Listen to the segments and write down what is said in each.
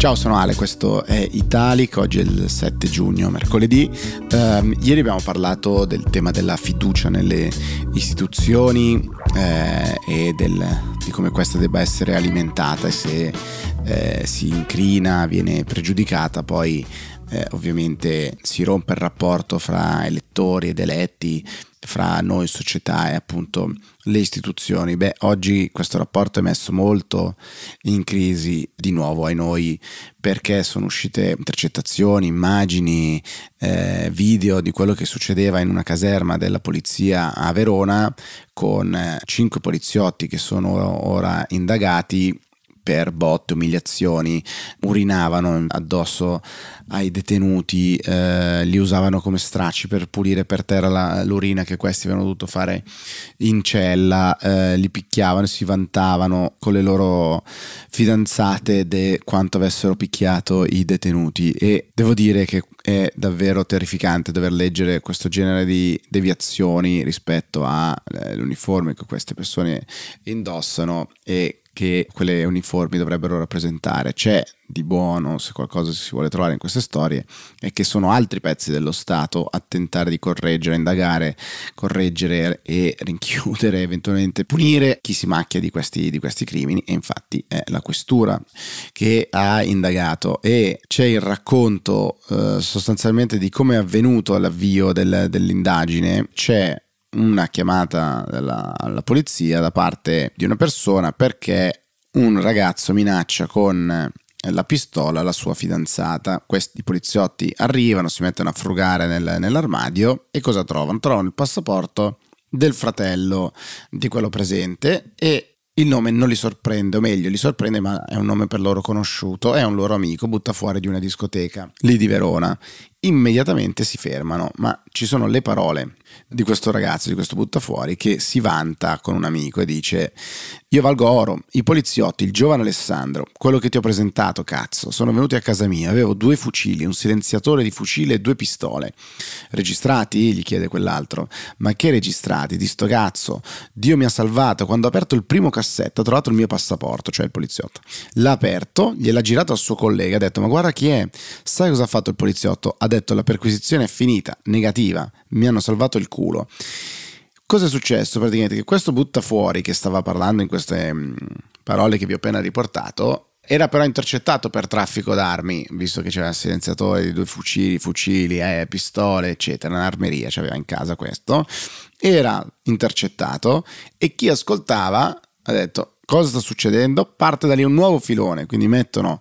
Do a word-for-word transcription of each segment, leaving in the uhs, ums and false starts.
Ciao, sono Ale, questo è Italic, oggi è il sette giugno, mercoledì. Um, ieri abbiamo parlato del tema della fiducia nelle istituzioni eh, e del, di come questa debba essere alimentata e se eh, si incrina, viene pregiudicata, poi eh, ovviamente si rompe il rapporto fra elettori ed eletti, fra noi società e appunto le istituzioni. Beh, oggi questo rapporto è messo molto in crisi di nuovo, ai noi, perché sono uscite intercettazioni, immagini, eh, video di quello che succedeva in una caserma della polizia a Verona con eh, cinque poliziotti che sono ora indagati per botte, umiliazioni, urinavano addosso ai detenuti, eh, li usavano come stracci per pulire per terra la, l'urina che questi avevano dovuto fare in cella, eh, li picchiavano e si vantavano con le loro fidanzate di quanto avessero picchiato i detenuti. E devo dire che è davvero terrificante dover leggere questo genere di deviazioni rispetto all'uniforme che queste persone indossano e che quelle uniformi dovrebbero rappresentare. C'è di buono, se qualcosa si vuole trovare in queste storie, è che sono altri pezzi dello Stato a tentare di correggere, indagare, correggere e rinchiudere, eventualmente punire chi si macchia di questi, di questi crimini, e infatti è la questura che ha indagato. E c'è il racconto eh, sostanzialmente di come è avvenuto all'avvio del, dell'indagine. C'è una chiamata della, alla polizia da parte di una persona perché un ragazzo minaccia con la pistola la sua fidanzata. Questi poliziotti arrivano, si mettono a frugare nel, nell'armadio e cosa trovano? Trovano il passaporto del fratello di quello presente e il nome non li sorprende, o meglio li sorprende, ma è un nome per loro conosciuto, è un loro amico, butta fuori di una discoteca lì di Verona. Immediatamente si fermano, ma ci sono le parole di questo ragazzo, di questo buttafuori, che si vanta con un amico e dice: io valgo oro, i poliziotti, il giovane Alessandro, quello che ti ho presentato, cazzo, sono venuti a casa mia, avevo due fucili, un silenziatore di fucile e due pistole. Registrati? Gli chiede quell'altro. Ma che registrati? Di sto cazzo, Dio mi ha salvato, quando ho aperto il primo cassetto ho trovato il mio passaporto, cioè il poliziotto. L'ha aperto, gliel'ha girato al suo collega, ha detto: ma guarda chi è? Sai cosa ha fatto il poliziotto? Ha detto: la perquisizione è finita, negativa, mi hanno salvato il culo. Cosa è successo praticamente? Che questo buttafuori che stava parlando in queste mh, parole che vi ho appena riportato era però intercettato per traffico d'armi, visto che c'era il silenziatore di due fucili, fucili, eh, pistole, eccetera, un'armeria c'aveva in casa questo, era intercettato e chi ascoltava ha detto: cosa sta succedendo? Parte da lì un nuovo filone, quindi mettono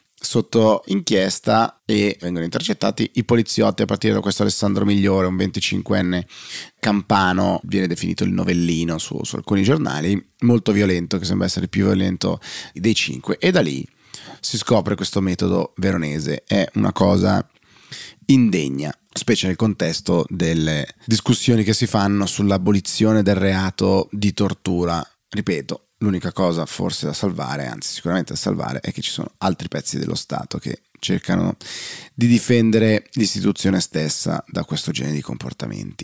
sotto inchiesta e vengono intercettati i poliziotti a partire da questo Alessandro Migliore, un venticinquenne campano, viene definito il novellino su, su alcuni giornali, molto violento, che sembra essere il più violento dei cinque, e da lì si scopre questo metodo veronese. È una cosa indegna, specie nel contesto delle discussioni che si fanno sull'abolizione del reato di tortura. Ripeto, l'unica cosa forse da salvare, anzi sicuramente da salvare, è che ci sono altri pezzi dello Stato che cercano di difendere l'istituzione stessa da questo genere di comportamenti.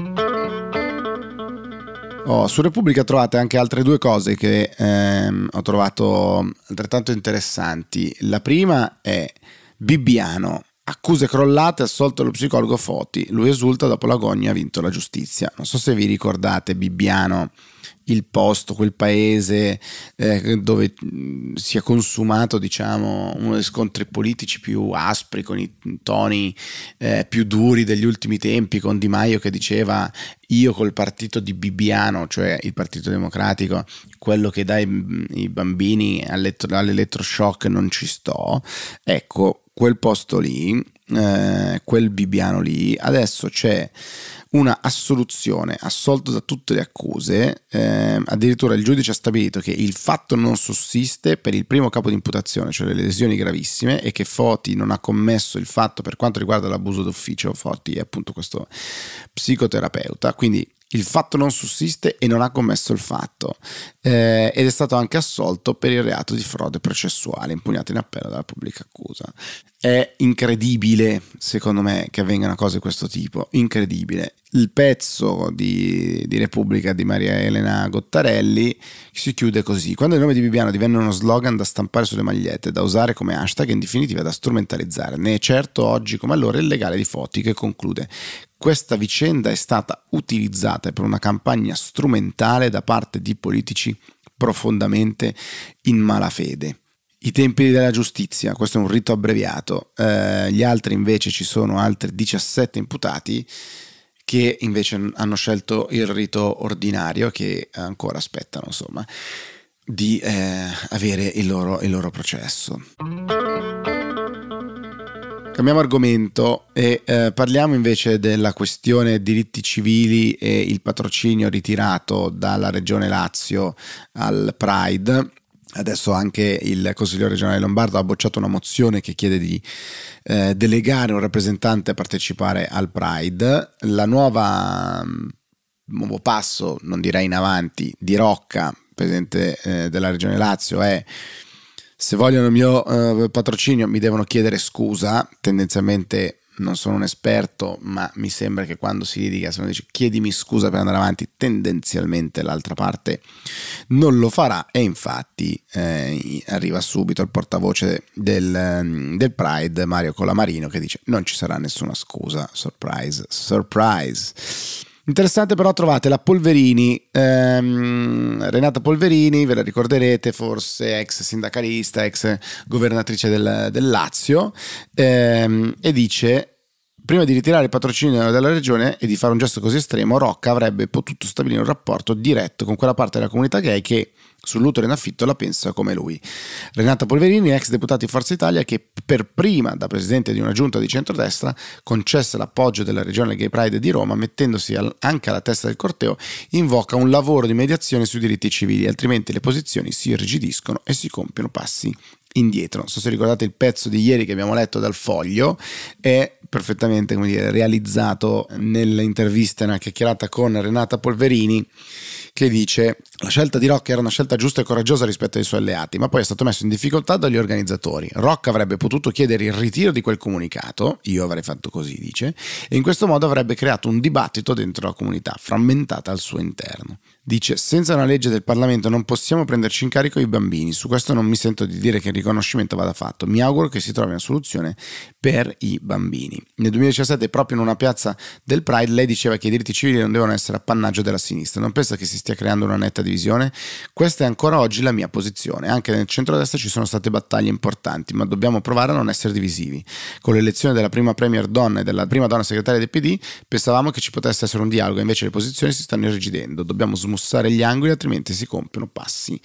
Oh, su Repubblica trovate anche altre due cose che ehm, ho trovato altrettanto interessanti. La prima è Bibbiano, accuse crollate, assolto lo psicologo Foti, lui esulta dopo l'agonia, ha vinto la giustizia. Non so se vi ricordate Bibbiano, il posto, quel paese eh, dove mh, si è consumato, diciamo, uno dei scontri politici più aspri, con i toni eh, più duri degli ultimi tempi, con Di Maio che diceva: io col partito di Bibbiano, cioè il Partito Democratico, quello che dà i, i bambini all'elettroshock, non ci sto. Ecco, quel posto lì, eh, quel Bibbiano lì, adesso c'è una assoluzione, assolto da tutte le accuse. Eh, addirittura il giudice ha stabilito che il fatto non sussiste per il primo capo di imputazione, cioè le lesioni gravissime, e che Foti non ha commesso il fatto per quanto riguarda l'abuso d'ufficio. Foti è appunto questo psicoterapeuta, quindi il fatto non sussiste e non ha commesso il fatto, eh, ed è stato anche assolto per il reato di frode processuale impugnato in appello dalla pubblica accusa. È incredibile, secondo me, che avvenga una cosa di questo tipo, incredibile. Il pezzo di, di Repubblica di Maria Elena Gottarelli si chiude così: quando il nome di Bibbiano divenne uno slogan da stampare sulle magliette, da usare come hashtag e in definitiva da strumentalizzare, ne è certo oggi come allora il legale di Foti, che conclude: questa vicenda è stata utilizzata per una campagna strumentale da parte di politici profondamente in malafede. I tempi della giustizia, questo è un rito abbreviato, eh, gli altri invece ci sono altri diciassette imputati che invece hanno scelto il rito ordinario, che ancora aspettano insomma di eh, avere il loro, il loro processo. Cambiamo argomento e eh, parliamo invece della questione diritti civili e il patrocinio ritirato dalla Regione Lazio al Pride. Adesso anche il Consiglio regionale lombardo ha bocciato una mozione che chiede di eh, delegare un rappresentante a partecipare al Pride. La nuova nuovo passo, non direi in avanti, di Rocca, presidente eh, della Regione Lazio, è: se vogliono il mio eh, patrocinio mi devono chiedere scusa. Tendenzialmente non sono un esperto, ma mi sembra che quando si litiga, se uno dice chiedimi scusa per andare avanti, tendenzialmente l'altra parte non lo farà, e infatti eh, arriva subito il portavoce del, del Pride, Mario Colamarino, che dice non ci sarà nessuna scusa. Surprise, surprise. Interessante però trovate la Polverini, ehm, Renata Polverini, ve la ricorderete forse, ex sindacalista, ex governatrice del, del Lazio, ehm, e dice: prima di ritirare il patrocinio della regione e di fare un gesto così estremo, Rocca avrebbe potuto stabilire un rapporto diretto con quella parte della comunità gay che sull'utero in affitto la pensa come lui. Renata Polverini, ex deputata di Forza Italia, che per prima da presidente di una giunta di centrodestra concesse l'appoggio della regione Gay Pride di Roma, mettendosi al, anche alla testa del corteo, invoca un lavoro di mediazione sui diritti civili, altrimenti le posizioni si irrigidiscono e si compiono passi indietro. Non so se ricordate il pezzo di ieri che abbiamo letto dal Foglio, è perfettamente, come dire, realizzato nell'intervista, nella chiacchierata con Renata Polverini, che dice: la scelta di Rocca era una scelta giusta e coraggiosa rispetto ai suoi alleati, ma poi è stato messo in difficoltà dagli organizzatori. Rocca avrebbe potuto chiedere il ritiro di quel comunicato, io avrei fatto così, dice, e in questo modo avrebbe creato un dibattito dentro la comunità, frammentata al suo interno. Dice: senza una legge del Parlamento non possiamo prenderci in carico i bambini, su questo non mi sento di dire che il riconoscimento vada fatto, mi auguro che si trovi una soluzione per i bambini. Nel duemiladiciassette, proprio in una piazza del Pride, lei diceva che i diritti civili non devono essere appannaggio della sinistra. Non pensa che si stia creando una netta divisione? Questa è ancora oggi la mia posizione. Anche nel centrodestra ci sono state battaglie importanti, ma dobbiamo provare a non essere divisivi. Con l'elezione della prima premier donna e della prima donna segretaria del P D pensavamo che ci potesse essere un dialogo, invece le posizioni si stanno irrigidendo, dobbiamo smussare gli angoli, altrimenti si compiono passi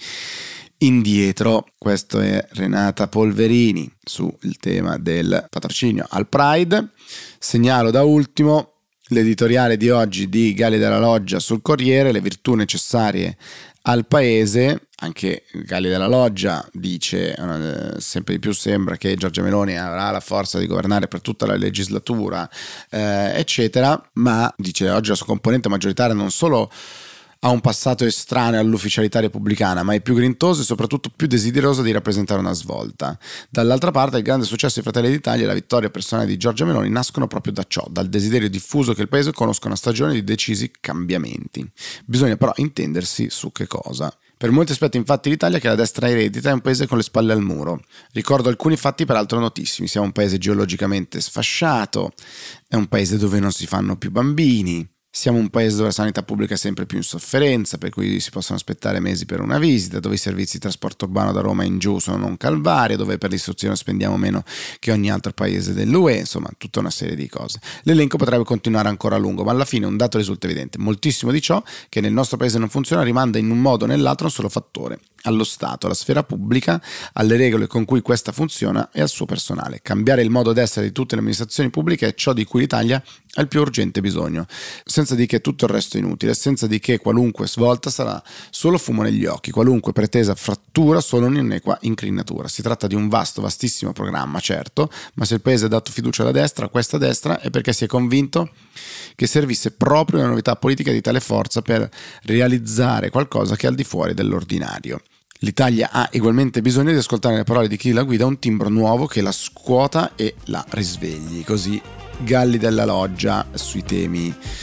indietro. Questo è Renata Polverini sul tema del patrocinio al Pride. Segnalo da ultimo l'editoriale di oggi di Galli della Loggia sul Corriere, le virtù necessarie al paese. Anche Galli della Loggia dice eh, sempre di più sembra che Giorgia Meloni avrà la forza di governare per tutta la legislatura, eh, eccetera, ma dice oggi la sua componente maggioritaria non solo ha un passato estraneo all'ufficialità repubblicana, ma è più grintoso e soprattutto più desideroso di rappresentare una svolta. Dall'altra parte, il grande successo di Fratelli d'Italia e la vittoria personale di Giorgia Meloni nascono proprio da ciò, dal desiderio diffuso che il paese conosca una stagione di decisi cambiamenti. Bisogna però intendersi su che cosa. Per molti aspetti, infatti, l'Italia, che la destra eredita, è un paese con le spalle al muro. Ricordo alcuni fatti peraltro notissimi. Siamo un paese geologicamente sfasciato, è un paese dove non si fanno più bambini, siamo un paese dove la sanità pubblica è sempre più in sofferenza, per cui si possono aspettare mesi per una visita, dove i servizi di trasporto urbano da Roma in giù sono un calvario, dove per l'istruzione spendiamo meno che ogni altro paese dell'U E, insomma tutta una serie di cose. L'elenco potrebbe continuare ancora a lungo, ma alla fine un dato risulta evidente: moltissimo di ciò che nel nostro paese non funziona rimanda in un modo o nell'altro a un solo fattore: allo Stato, alla sfera pubblica, alle regole con cui questa funziona e al suo personale. Cambiare il modo d'essere di tutte le amministrazioni pubbliche è ciò di cui l'Italia ha il più urgente bisogno, senza di che tutto il resto è inutile, senza di che qualunque svolta sarà solo fumo negli occhi, qualunque pretesa frattura solo un'innecua inclinatura. Si tratta di un vasto, vastissimo programma, certo, ma se il paese ha dato fiducia alla destra, a questa destra, è perché si è convinto che servisse proprio una novità politica di tale forza per realizzare qualcosa che è al di fuori dell'ordinario. L'Italia ha ugualmente bisogno di ascoltare le parole di chi la guida, un timbro nuovo che la scuota e la risvegli. Così Galli della Loggia sui temi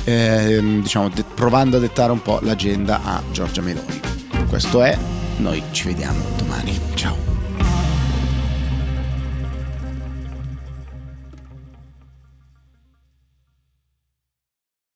eh, diciamo de- provando a dettare un po' l'agenda a Giorgia Meloni. Questo è, noi ci vediamo domani, ciao.